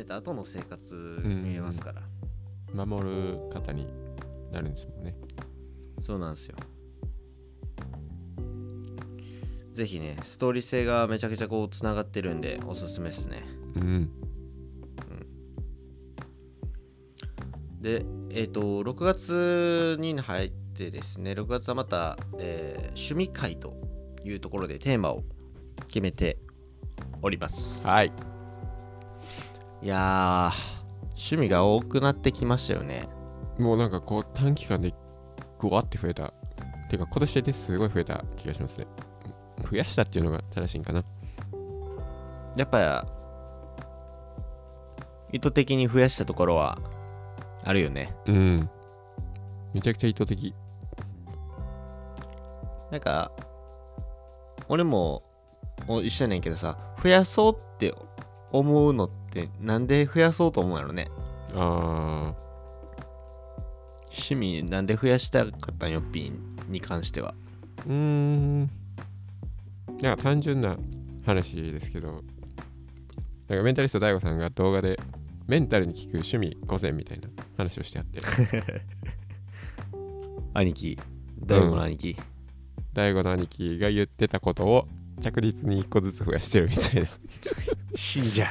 た後の生活に見えますから、 守る方になるんですもんね。 そうなんですよ。ぜひね、ストーリー性がめちゃくちゃこうつながってるんでおすすめっすね。で6月に入ってですね、6月はまた、趣味会というところでテーマを決めております。 はい。 いやー、趣味が多くなってきましたよね。 もうなんかこう短期間でグワって増えた。ていうか今年ですごい増えた気がしますね。増やしたっていうのが正しいんかな。 やっぱ意図的に増やしたところはあるよね。 めちゃくちゃ意図的。 なんか俺も一緒やねんけどさ、増やそうって思うのってなんで増やそうと思うやろね。趣味なんで増やしたかったんよ、ピンに関しては。 なんか単純な話ですけど、なんかメンタリスト DAIGO さんが動画でメンタルに効く趣味5選みたいな話をしてあって兄貴、大悟の兄貴、 DAIGOの兄貴が言ってたことを着実に1個ずつ増やしてるみたいな信者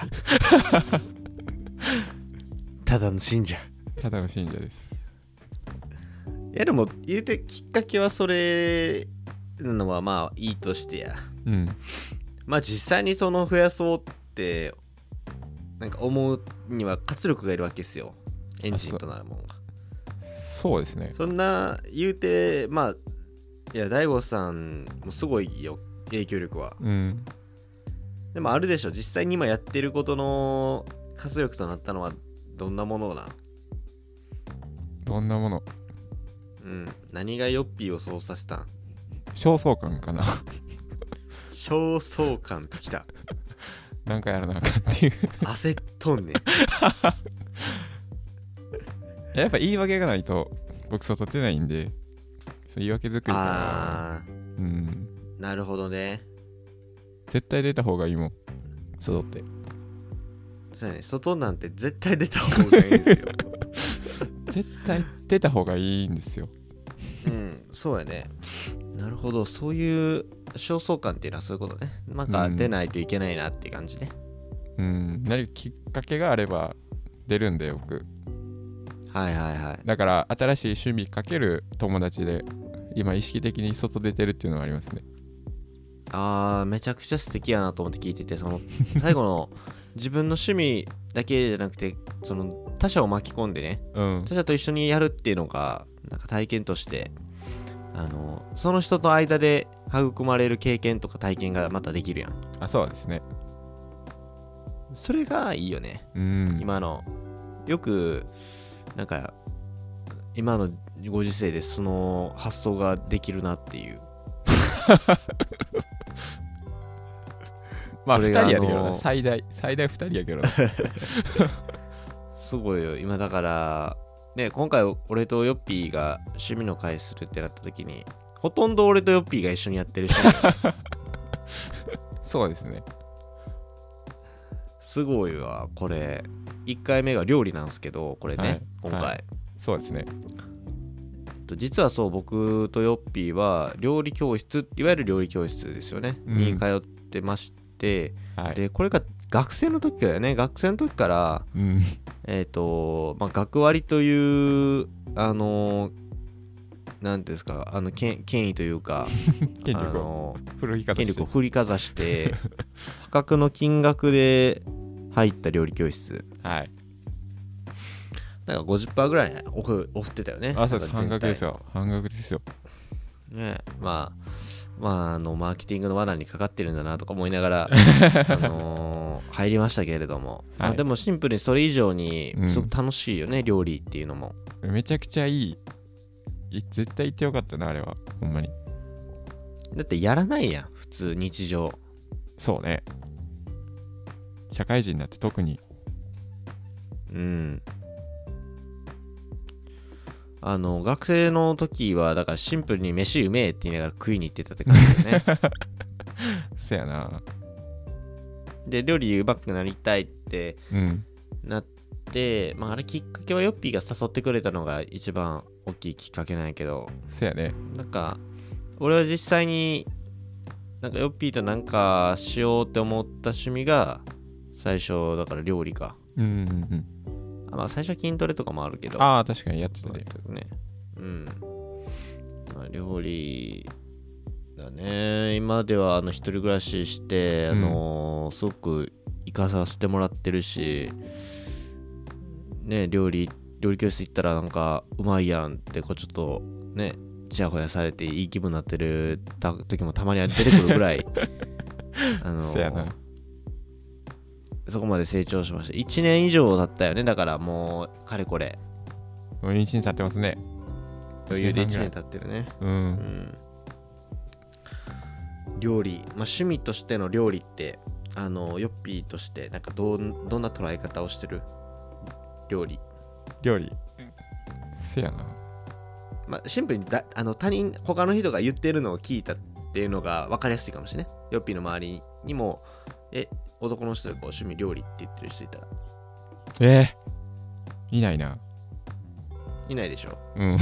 ただの信者。 ただの信者です。 いやでも言うてきっかけはそれのはまあいいとしてや、まあ実際にその増やそうってなんか思うには活力がいるわけですよ、エンジンとなるものが。 そうですね。 そんな言うてまあいや大悟さんもすごいよ、影響力は。でもあるでしょ、実際に今やってることの活力となったのはどんなものな。 どんなもの。 何がヨッピーをそうさせたん。 焦燥感かな焦燥感ときたなんかやらなあかんっていう焦っとんねんやっぱ言い訳がないと僕外出ないんで、言い訳作りからなるほどね。 絶対出た方がいいもん、外って。 そうやね、外なんて絶対出た方がいいんですよ絶対出た方がいいんですよ。 そうやね。なるほど、そういう焦燥感っていうのはそういうことね。なんか出ないといけないなって感じね。 何かきっかけがあれば出るんで僕。だから新しい趣味かける友達で今意識的に外出てるっていうのはありますね。 めちゃくちゃ素敵やなと思って聞いてて、その最後の自分の趣味だけじゃなくてその他者を巻き込んでね、他者と一緒にやるっていうのがなんか体験としてその人と間で育まれる経験とか体験がまたできるやん。 そうですね。 それがいいよね。今のよくなんか今のご時世でその発想ができるなっていうまあ2人やるけどな、最大2人やけどなすごいよ今だからね。今回俺とヨッピーが趣味の会するってなった時にほとんど俺とヨッピーが一緒にやってる趣味そうですね。 すごいわこれ。1回目が料理なんですけど、これね、今回、 そうですね。 実はそう僕とヨッピーは料理教室、いわゆる料理教室ですよね、に通ってまして、でこれが学生の時からね、学生の時から、学割というなんですか、権威というか権力を振りかざして破格の金額で入った料理教室。なんか 50% ぐらいオフってたよね。 そうです。半額ですよ。 ね。まあマーケティングの罠にかかってるんだなとか思いながら入りましたけれども、でもシンプルにそれ以上にすごく楽しいよね、料理っていうのも。 めちゃくちゃいい。絶対行ってよかったな、あれは。ほんまに。 だってやらないやん、普通日常。 そうね。社会人になって特に。 学生の時はだからシンプルに飯うめえって言いながら食いに行ってたって感じだよねそやな。 で料理うまくなりたいってなって、あれきっかけはヨッピーが誘ってくれたのが一番大きいきっかけなんやけど、 そやね。 なんか俺は実際になんかヨッピーとなんかしようって思った趣味が最初だから料理か。最初は筋トレとかもあるけど。 確かにやってたね。 料理だね。今では一人暮らしして、すごく生かさせてもらってるし、ね、料理教室行ったらなんかうまいやんってちょっとね、ちやほやされていい気分になってる時もたまに出てくるぐらいそやな。 そこまで成長しました。1年以上経ったよね。だからもうかれこれもう1年経ってますね。 余裕で1年経ってるね。料理、趣味としての料理ってヨッピーとしてなんかどんな捉え方をしてる？料理せやな。 シンプルに他の人が言ってるのを聞いたっていうのが分かりやすいかもしれない。ヨッピーの周りにも男の人で趣味料理って言ってる人いたらいないな。 いないでしょ。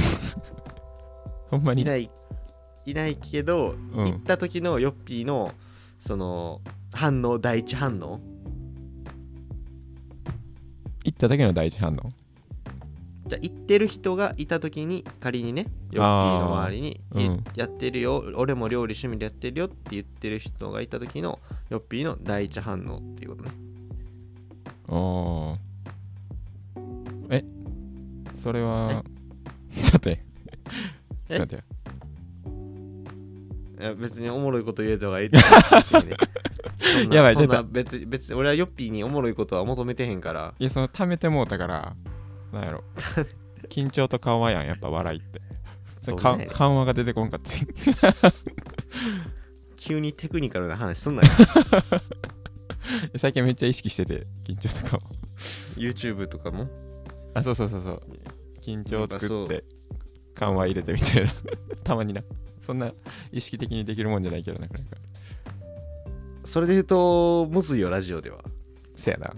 ほんまにいないけど、行った時のヨッピーのその第一反応、 行っただけの第一反応。 じゃあ行ってる人がいた時に仮にね、ヨッピーの周りに、やってるよ、俺も料理趣味でやってるよって言ってる人がいた時のヨッピーの第一反応っていうことね。 それはちょっと待ってよ。 いや別におもろいこと言えた方がいいって言って、ね、やばい、そんな別に俺はヨッピーにおもろいことは求めてへんから。 いや、その貯めてもうたからなんやろ緊張と緩和やん、やっぱ笑いって緩和が出てこんかって急にテクニカルな話すんなよ最近めっちゃ意識してて、緊張とかも YouTube とかもそう緊張を作って緩和入れてみたいなたまにな。そんな意識的にできるもんじゃないけどなかなか。 それで言うとむずいよ、ラジオでは。 せやな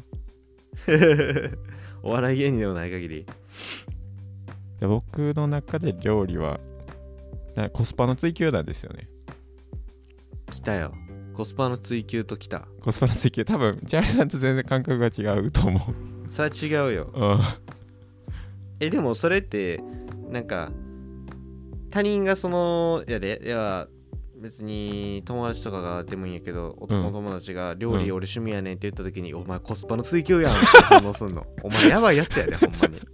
お笑い芸人でもない限り。 僕の中で料理はコスパの追求なんですよね。 来たよ、コスパの追求と来た。 コスパの追求、多分千春さんと全然感覚が違うと思う。 それは違うよ。でもそれってなんか他人が別に友達とかがでもいいんやけど、男の友達が料理俺趣味やねんって言った時に、お前コスパの追求やんって反応すんのお前やばいやつやで、ほんまに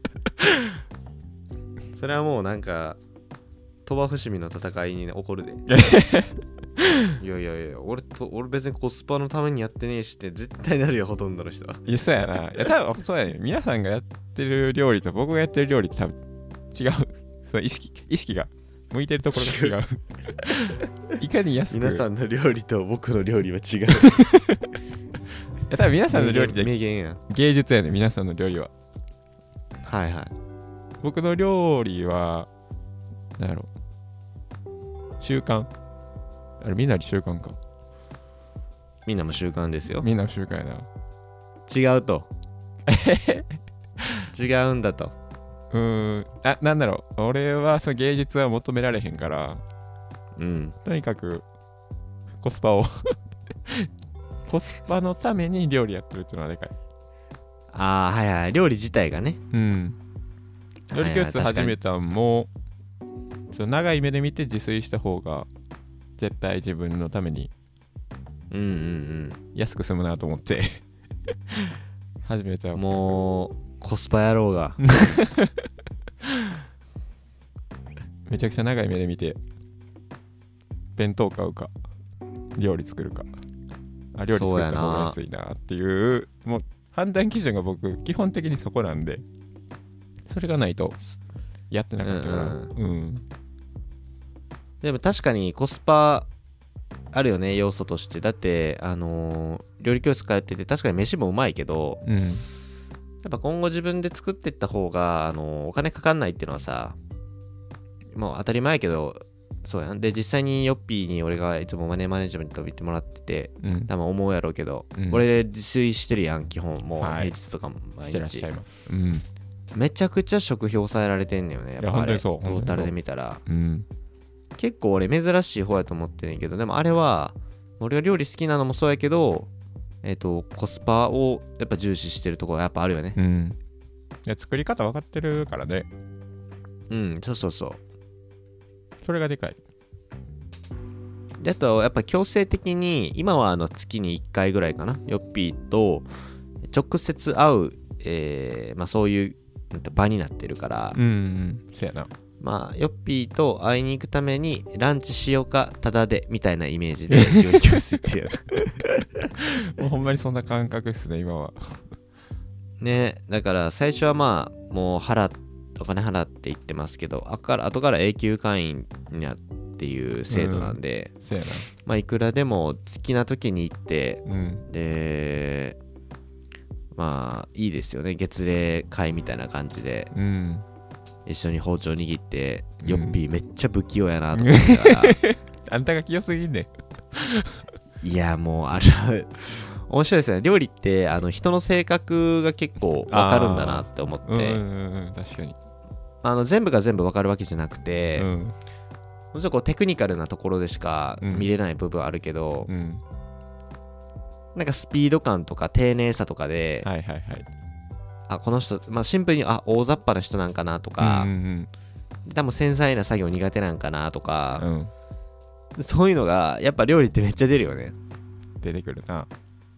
それはもうなんか鳥羽伏見の戦いに、起こるでいや俺別にコスパのためにやってねえしって絶対なるよ、ほとんどの人は。 いや、そうやな。いや、多分そうやね。皆さんがやってる料理と僕がやってる料理って多分違う。その意識が向いてるところが違ういかに安く、 皆さんの料理と僕の料理は違ういや、多分皆さんの料理で名言や芸術やね。皆さんの料理は。 はいはい。 僕の料理はなんやろ、習慣。あれみんなの習慣か。 みんなも習慣ですよ。 みんなの習慣やな。 違うと違うんだと。 なんだろう、俺はその芸術は求められへんから、とにかくコスパをコスパのために料理やってるっていうのはでかい。 はいはい、料理自体がね。 料理教室始めたんも、その長い目で見て自炊した方が絶対自分のために安く済むなと思って始めた。 もうコスパ野郎がめちゃくちゃ長い目で見て弁当買うか料理作るか、料理作った方が安いなっていう、もう判断基準が僕基本的にそこなんで、それがないとやってなかったから。 でも確かにコスパあるよね、要素として。だって料理教室通ってて確かに飯もうまいけど、やっぱ今後自分で作っていった方がお金かかんないっていうのはさ、もう当たり前やけどそうやん。で、実際にヨッピーに俺がいつもマネージメント見てもらってて、多分思うやろうけど、俺自炊してるやん、基本。もう平日とかも毎日。 してらっしゃいます。 めちゃくちゃ食費抑えられてんねよね。やっぱあれ、トータルで見たら。結構俺珍しい方やと思ってんねんけど、でもあれは、俺が料理好きなのもそうやけど、コスパをやっぱ重視してるところがやっぱあるよね。 いや、作り方分かってるからね。 そうそうそう。 それがでかい。 で、あとやっぱ強制的に今は月に1回ぐらいかな、ヨッピーと直接会う、そういう場になってるから、 そうやな。 ヨッピーと会いに行くためにランチしようかタダでみたいなイメージで料理教室っていうもうほんまにそんな感覚っすね今は。 ね。だから最初はもうお金払って行ってますけど、後から永久会員になっていう制度なんで、 そうやな。 いくらでも好きな時に行って、でいいですよね。月例会みたいな感じで、一緒に包丁握って、ヨッピーめっちゃ不器用やなと思ってたらあんたが器用すぎんねん。いやもう面白いですよね。料理って人の性格が結構分かるんだなって思って、 確かに全部が全部分かるわけじゃなくて、もちろんこうテクニカルなところでしか見れない部分あるけど、なんかスピード感とか丁寧さとかで、この人、シンプルに大雑把な人なんかなとか、多分繊細な作業苦手なんかなとか、そういうのがやっぱ料理ってめっちゃ出るよね。 出てくるな。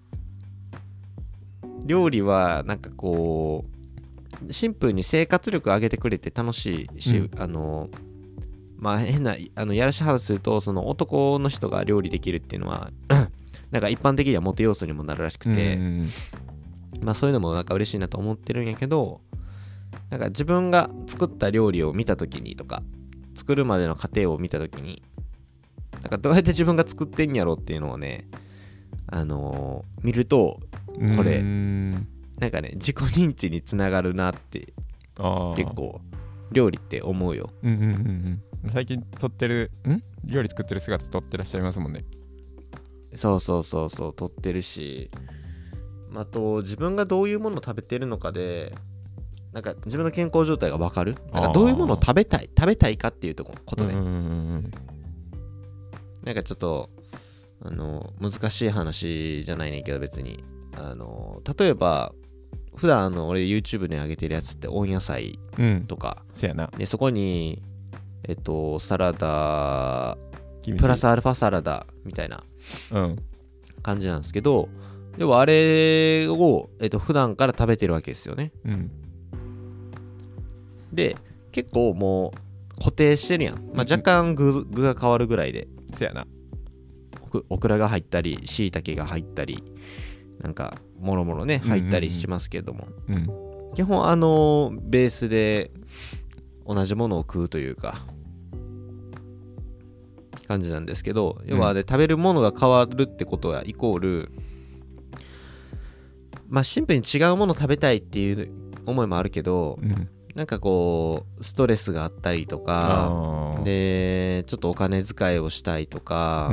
料理はなんかこうシンプルに生活力上げてくれて楽しいし、変なやらしい話すると、その男の人が料理できるっていうのはなんか一般的にはモテ要素にもなるらしくて、そういうのもなんか嬉しいなと思ってるんやけど、なんか自分が作った料理を見た時にとか、作るまでの過程を見た時に、なんかどうやって自分が作ってんやろっていうのをね、見るとこれなんかね、自己認知につながるなって結構料理って思うよ。 最近料理作ってる姿撮ってらっしゃいますもんね。 そう撮ってるし、あと自分がどういうものを食べてるのかでなんか自分の健康状態が分かる。なんかどういうものを食べたいかっていうことね。なんかちょっと難しい話じゃないねんけど、別に例えば普段俺 YouTube に上げてるやつって温野菜とか、でそこにサラダプラスアルファサラダみたいな感じなんですけど、要はあれを、普段から食べてるわけですよね。で結構もう固定してるやん。若干具が変わるぐらいで、オクラが入ったり椎茸が入ったりなんかもろもろね入ったりしますけども、基本ベースで同じものを食うというか感じなんですけど、要は食べるものが変わるってことはイコールシンプルに違うもの食べたいっていう思いもあるけど、なんかこうストレスがあったりとかでちょっとお金遣いをしたいとか、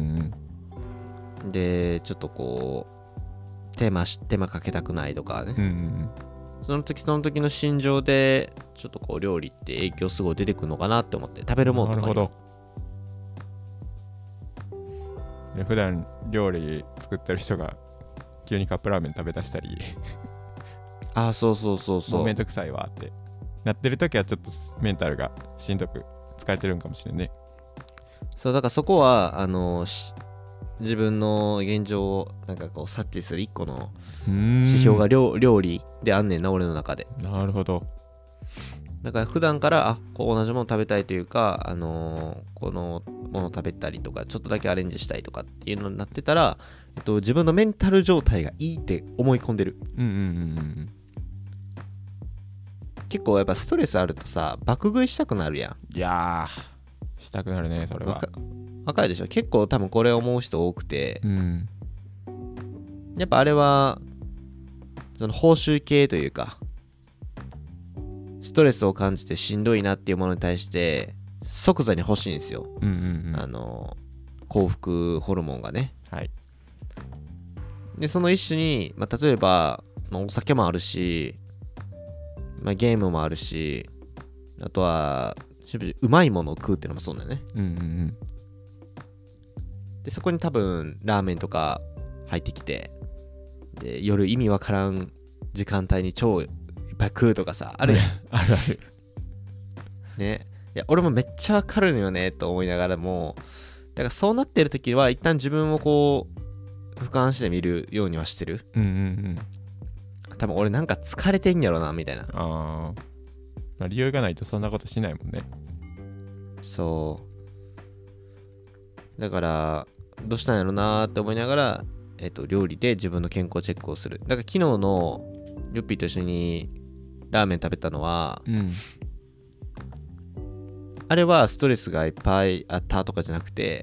でちょっとこう手間かけたくないとかね、その時の心情でちょっとこう料理って影響すごい出てくるのかなって思って、食べるものとかに。なるほど。普段料理作ってる人が急にカップラーメン食べ出したりそうもうめんどくさいわってなってる時はちょっとメンタルがしんどく疲れてるんかもしれんね。 そうだからそこは自分の現状をなんかこう察知する一個の指標が料理であんねんな、俺の中で。 なるほど。 だから普段からこう同じもの食べたいというか、このもの食べたりとかちょっとだけアレンジしたいとかっていうのになってたら、自分のメンタル状態がいいって思い込んでる。結構やっぱストレスあるとさ、爆食いしたくなるやん。 いやーしたくなるね、それは。 わかるでしょ。結構多分これ思う人多くて、やっぱあれはその報酬系というか、ストレスを感じてしんどいなっていうものに対して即座に欲しいんですよ、幸福ホルモンがね。 はい。 でその一種に、例えば、お酒もあるし、ゲームもあるし、あとはうまいものを食うっていうのもそうだよね。でそこに多分ラーメンとか入ってきて、で夜意味わからん時間帯に超いっぱい食うとかさ、あるやんあるあるね。いや俺もめっちゃわかるのよねと思いながらも、だからそうなってる時は一旦自分をこう俯瞰して見るようにはしてる。多分俺なんか疲れてんやろなみたいな。 理由がないとそんなことしないもんね。 そうだからどうしたんやろなって思いながら、料理で自分の健康チェックをする。だから昨日のヨッピーと一緒にラーメン食べたのは、あれはストレスがいっぱいあったとかじゃなくて、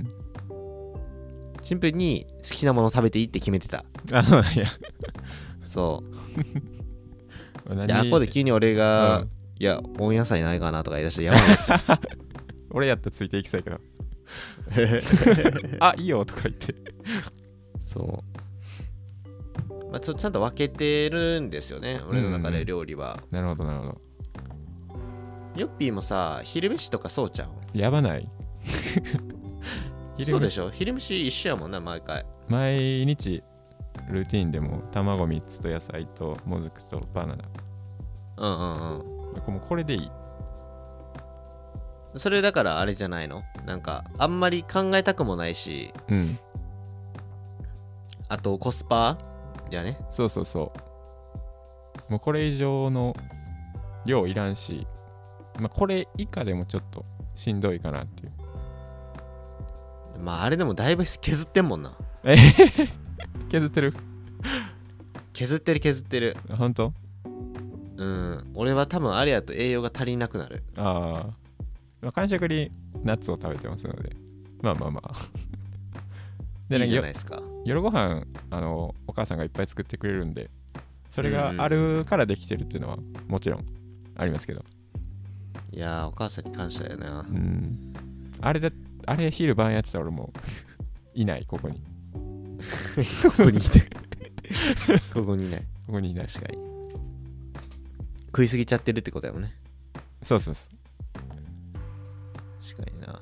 シンプルに好きなもの食べていいって決めてた。 いやそうであこで急に俺が、いや温野菜ないかなとか言い出してやばい俺やったらついていきそうやけどいいよとか言ってそう、ちゃんと分けてるんですよね、俺の中で料理は。 なるほどなるほど。 ヨッピーもさ昼飯とかそうちゃう？ やばないそうでしょ、昼飯一緒やもんな毎回。 毎日ルーティンでも卵3つと野菜ともずくとバナナ。もうこれでいい。 それだからあれじゃないの？なんかあんまり考えたくもないし、あとコスパやね。 もうこれ以上の量いらんし、これ以下でもちょっとしんどいかなっていう。 あれでもだいぶ削ってんもんな。 削ってる本当？ 俺は多分あれやと栄養が足りなくなる。 間食にナッツを食べてますのででいいじゃないですか。 夜ご飯お母さんがいっぱい作ってくれるんで、それがあるからできてるっていうのはもちろんありますけど、 いやお母さんに感謝やな。 あれ昼晩やってたら俺もいないここにここにいないここにいない。確かに食いすぎちゃってるってことやもんね。 そう確かにな。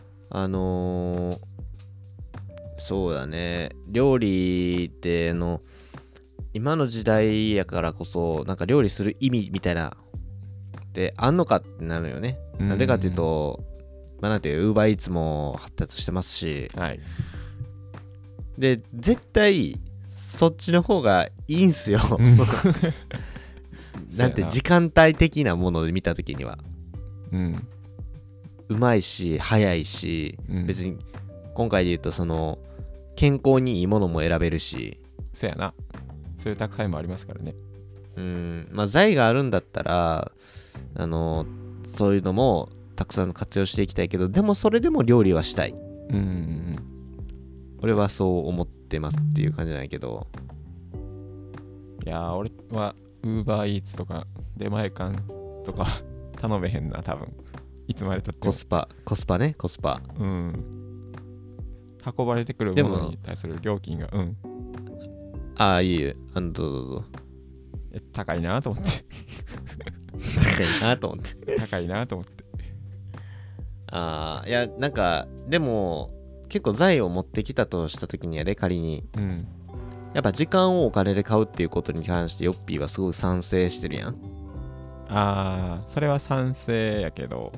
そうだね、料理って今の時代やからこそなんか料理する意味みたいなってあんのかってなるよね。なんでかっていうと、なんていうUber Eatsも発達してますし、で絶対そっちの方がいいんすよなんて時間帯的なもので見たときには、うまいし早いし、別に今回で言うとその健康にいいものも選べるし、 そうやな、そういう高いもありますからね。 財があるんだったらそういうのもたくさん活用していきたいけど、でもそれでも料理はしたい。俺はそう思ってますっていう感じじゃないけど、 いや俺はUber Eatsとか出前館とか頼めへんな多分。いつまでたってもコスパね。 運ばれてくるものに対する料金がいいえ、どうぞ高いなと思って高いなと思っていやなんかでも結構財を持ってきたとした時にはね、仮に、やっぱ時間をお金で買うっていうことに関してヨッピーはすごい賛成してるやん。 それは賛成やけど、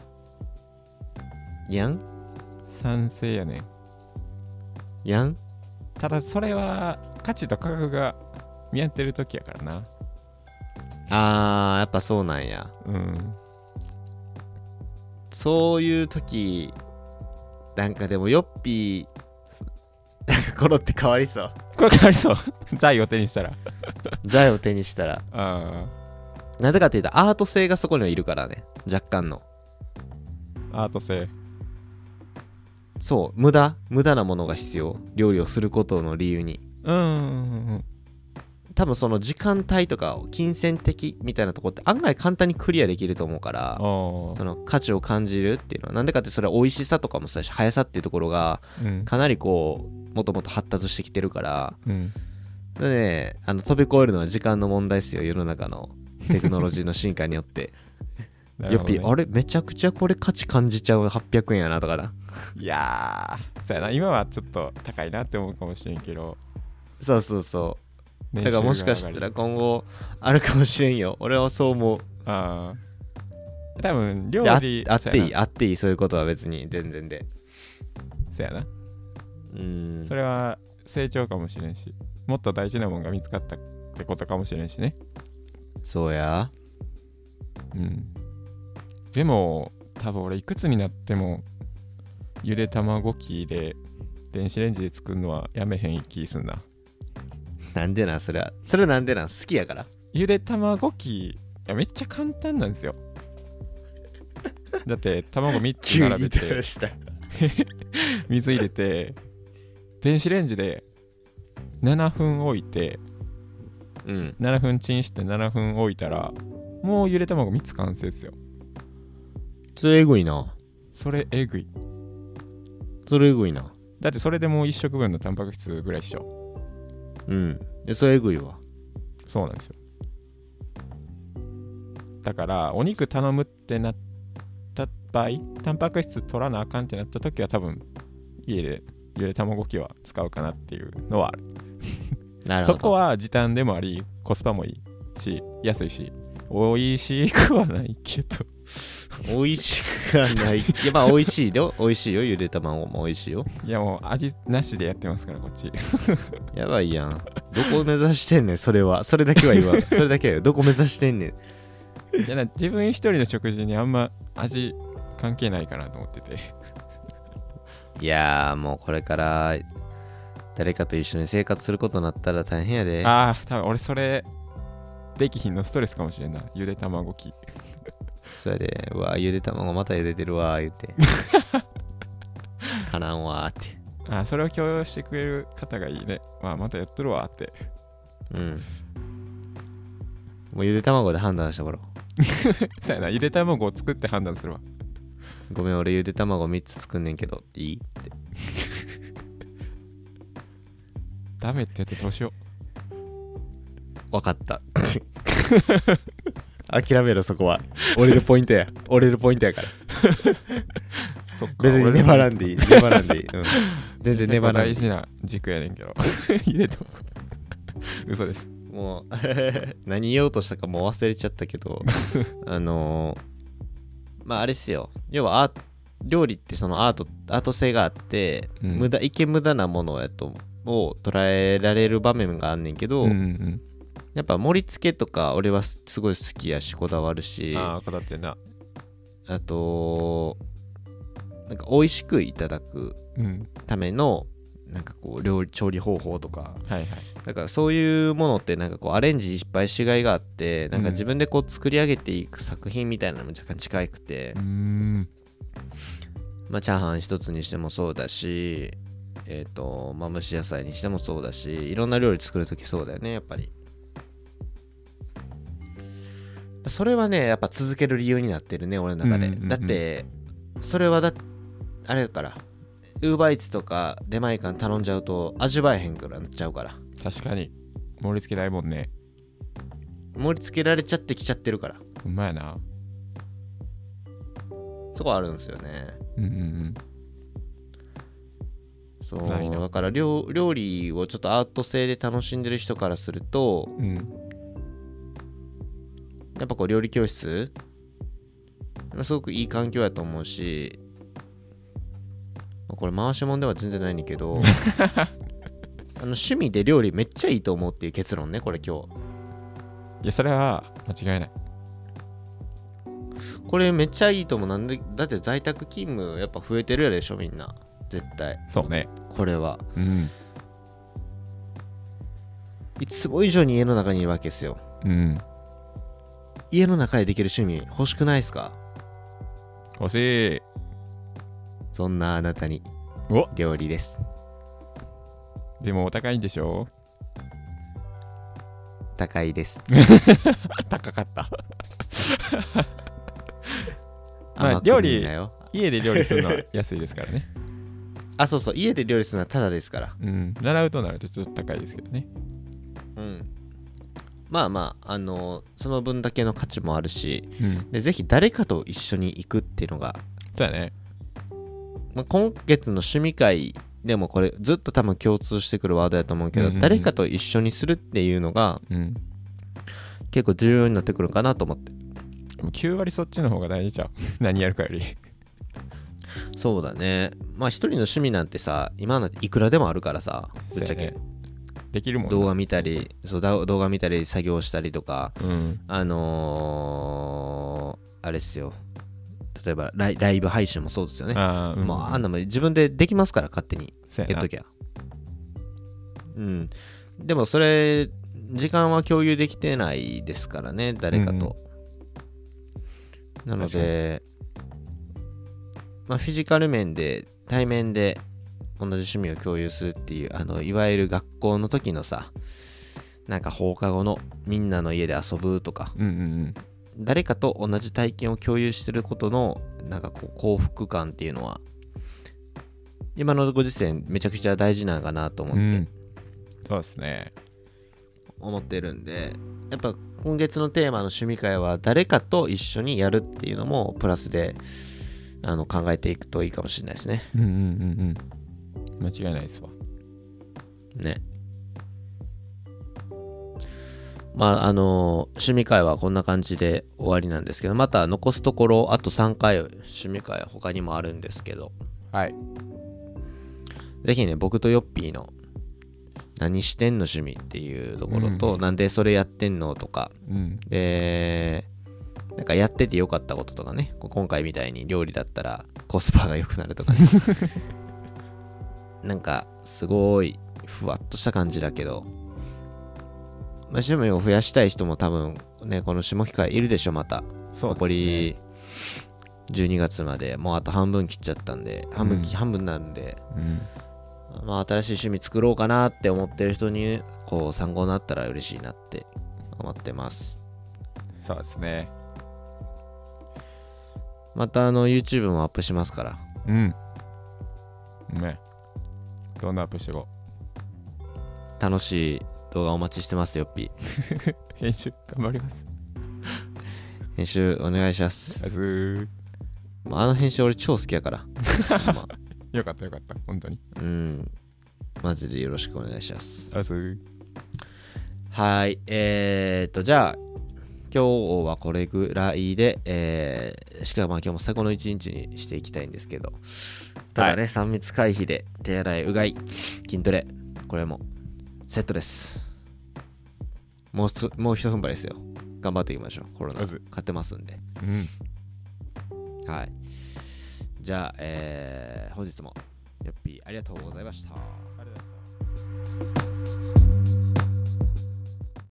賛成やねん。ただそれは価値と価格が見合ってる時やからな。 やっぱそうなんや。そういう時なんかでもヨッピーなんかコロって変わりそう。 財を手にしたらなぜかっていうとアート性がそこにはいるからね、若干のアート性。 そう無駄なものが必要、料理をすることの理由に。 多分その時間帯とか金銭的みたいなところって案外簡単にクリアできると思うから、その価値を感じるっていうのはなんでかって、それは美味しさとかもそうだし速さっていうところがかなりこうもともと発達してきてるから、でね、飛び越えるのは時間の問題ですよ、世の中のテクノロジーの進化によってよっぴ、あれめちゃくちゃこれ価値感じちゃう800円やなとかな。 いやー、そうやな、今はちょっと高いなって思うかもしれんけど、 そうそうそう、だからもしかしたら今後あるかもしれんよ、俺はそう思う。 ああ、多分料理あっていいそういうことは別に全然で、 そうやな、それは成長かもしれんし、もっと大事なもんが見つかったってことかもしれんしね。 そうや。 でも多分俺いくつになってもゆで卵機で電子レンジで作るのはやめへん気すんな。 なんでなんそれなんでなん好きやから。 ゆで卵機めっちゃ簡単なんですよ。だって卵3つ並べて水入れて電子レンジで7分置いて、7分チンして7分置いたらもうゆで卵3つ完成ですよ。 それえぐいな。 それえぐいな。だってそれでもう1食分のタンパク質ぐらいっしょ。 それえぐいわ。 そうなんですよ。だからお肉頼むってなった場合、タンパク質取らなあかんってなった時は多分家でゆで卵機は使うかなっていうのはある。 なるほど。 そこは時短でもありコスパもいいし安いし美味しくはないけど美味しくはない。いやまあ美味しいよ、ゆで卵も美味しいよ。 いやもう味なしでやってますからこっち。 やばいやん。どこを目指してんねん。それだけは言わん。それだけはよ。どこ目指してんねん。 いや自分一人の食事にあんま味関係ないかなと思ってて。 いやもうこれから誰かと一緒に生活することになったら大変やで。 ああ、多分俺それできひんのストレスかもしれんな。ゆで卵機。 それで、うわゆで卵また茹でてるわ言ってかなんわって。 ああ、それを共有してくれる方がいいね。またやっとるわって。 もうゆで卵で判断してもらおう。 そうやな、ゆで卵を作って判断するわ。 ごめん、俺ゆで卵3つ作んねんけどいいってダメって言ってどうしよう。分かった諦めろ、そこは折れるポイントやからそっか、 別に粘らんでいい、全然粘らんでいい。 大事な軸やねんけどゆで卵嘘です。 もう何言おうとしたかもう忘れちゃったけどまああれっすよ、要は料理ってそのアート性があって、無駄なものを捉えられる場面があんねんけど、やっぱ盛り付けとか俺はすごい好きやしこだわるし、 こだわってんな。 あとなんか美味しくいただくためのなんかこう調理方法とか、だからそういうものってなんかこうアレンジいっぱいしがいがあって、なんか自分でこう作り上げていく作品みたいなのも若干近くて、まあチャーハン一つにしてもそうだし、まあ蒸し野菜にしてもそうだし、いろんな料理作るときそうだよね、やっぱり。それはねやっぱ続ける理由になってるね、俺の中で。だってそれはあれだから、Uber Eats とか出前館頼んじゃうと味わえへんくなっちゃうから。 確かに盛り付けないもんね。 盛り付けられちゃってきちゃってるから。 うまいな。 そこあるんですよね。そうだから料理をちょっとアート性で楽しんでる人からすると、やっぱこう料理教室すごくいい環境やと思うし、これ回し物では全然ないんだけど趣味で料理めっちゃいいと思うっていう結論ね、これ今日。 いやそれは間違いない。 これめっちゃいいと思う。なんでだって在宅勤務やっぱ増えてるやでしょ、みんな絶対。 そうね、 これは、いつも以上に家の中にいるわけですよ。家の中でできる趣味欲しくないですか？ 欲しい。 そんなあなたに料理です。 でもお高いんでしょ？ 高いです高かったまあ料理家で料理するのは安いですからねあ、そうそう、家で料理するのはタダですから。 習うとなるとちょっと高いですけどね。 まあまあ、その分だけの価値もあるし、でぜひ誰かと一緒に行くっていうのが、 そうだね。 まあ、今月の趣味会でもこれずっと多分共通してくるワードだと思うけど、誰かと一緒にするっていうのが、結構重要になってくるかなと思って。 9割そっちの方が大事じゃん何やるかよりそうだね。まあ一人の趣味なんてさ、今なんていくらでもあるからさ、ぶっちゃけ、 できるもん。 動画見たり、動画見たり作業したりとか、あれっすよ、例えばライブ配信もそうですよね。もうあんなも自分でできますから、勝手にやっときゃ。でもそれ時間は共有できてないですからね、誰かと。なので、まあ、フィジカル面で対面で同じ趣味を共有するっていう、いわゆる学校の時のさ、なんか放課後のみんなの家で遊ぶとか、誰かと同じ体験を共有してることのなんかこう幸福感っていうのは今のご時世めちゃくちゃ大事なのかなと思って、 そうですね、 思ってるんで、やっぱ今月のテーマの趣味会は誰かと一緒にやるっていうのもプラスで考えていくといいかもしれないですね。 間違いないですわね。まあ趣味会はこんな感じで終わりなんですけど、また残すところあと3回趣味会は他にもあるんですけど、ぜひね、僕とヨッピーの何してんの趣味っていうところと、なんでそれやってんのとか、でなんかやっててよかったこととかね、今回みたいに料理だったらコスパが良くなるとかねなんかすごいふわっとした感じだけど、まあ、趣味を増やしたい人も多分ね、この下期会いるでしょ。また残り12月までもうあと半分切っちゃったんで、半分になるんで、まあ新しい趣味作ろうかなって思ってる人にこう参考になったら嬉しいなって思ってます。 そうですね。 またYouTube もアップしますから。 どんどんアップしていこう。楽しい動画お待ちしてますよっぴ編集頑張ります。 編集お願いします。編集俺超好きやからよかった本当に。 マジでよろしくお願いします。 はい。 じゃあ今日はこれぐらいで、しかも今日も最高の一日にしていきたいんですけど、ただね、3密回避で手洗い、うがい、筋トレ、これもセットです。もう一踏ん張りですよ。頑張っていきましょう。コロナ勝ってますんで。はい。じゃあ、本日もよっぴーありがとうございました。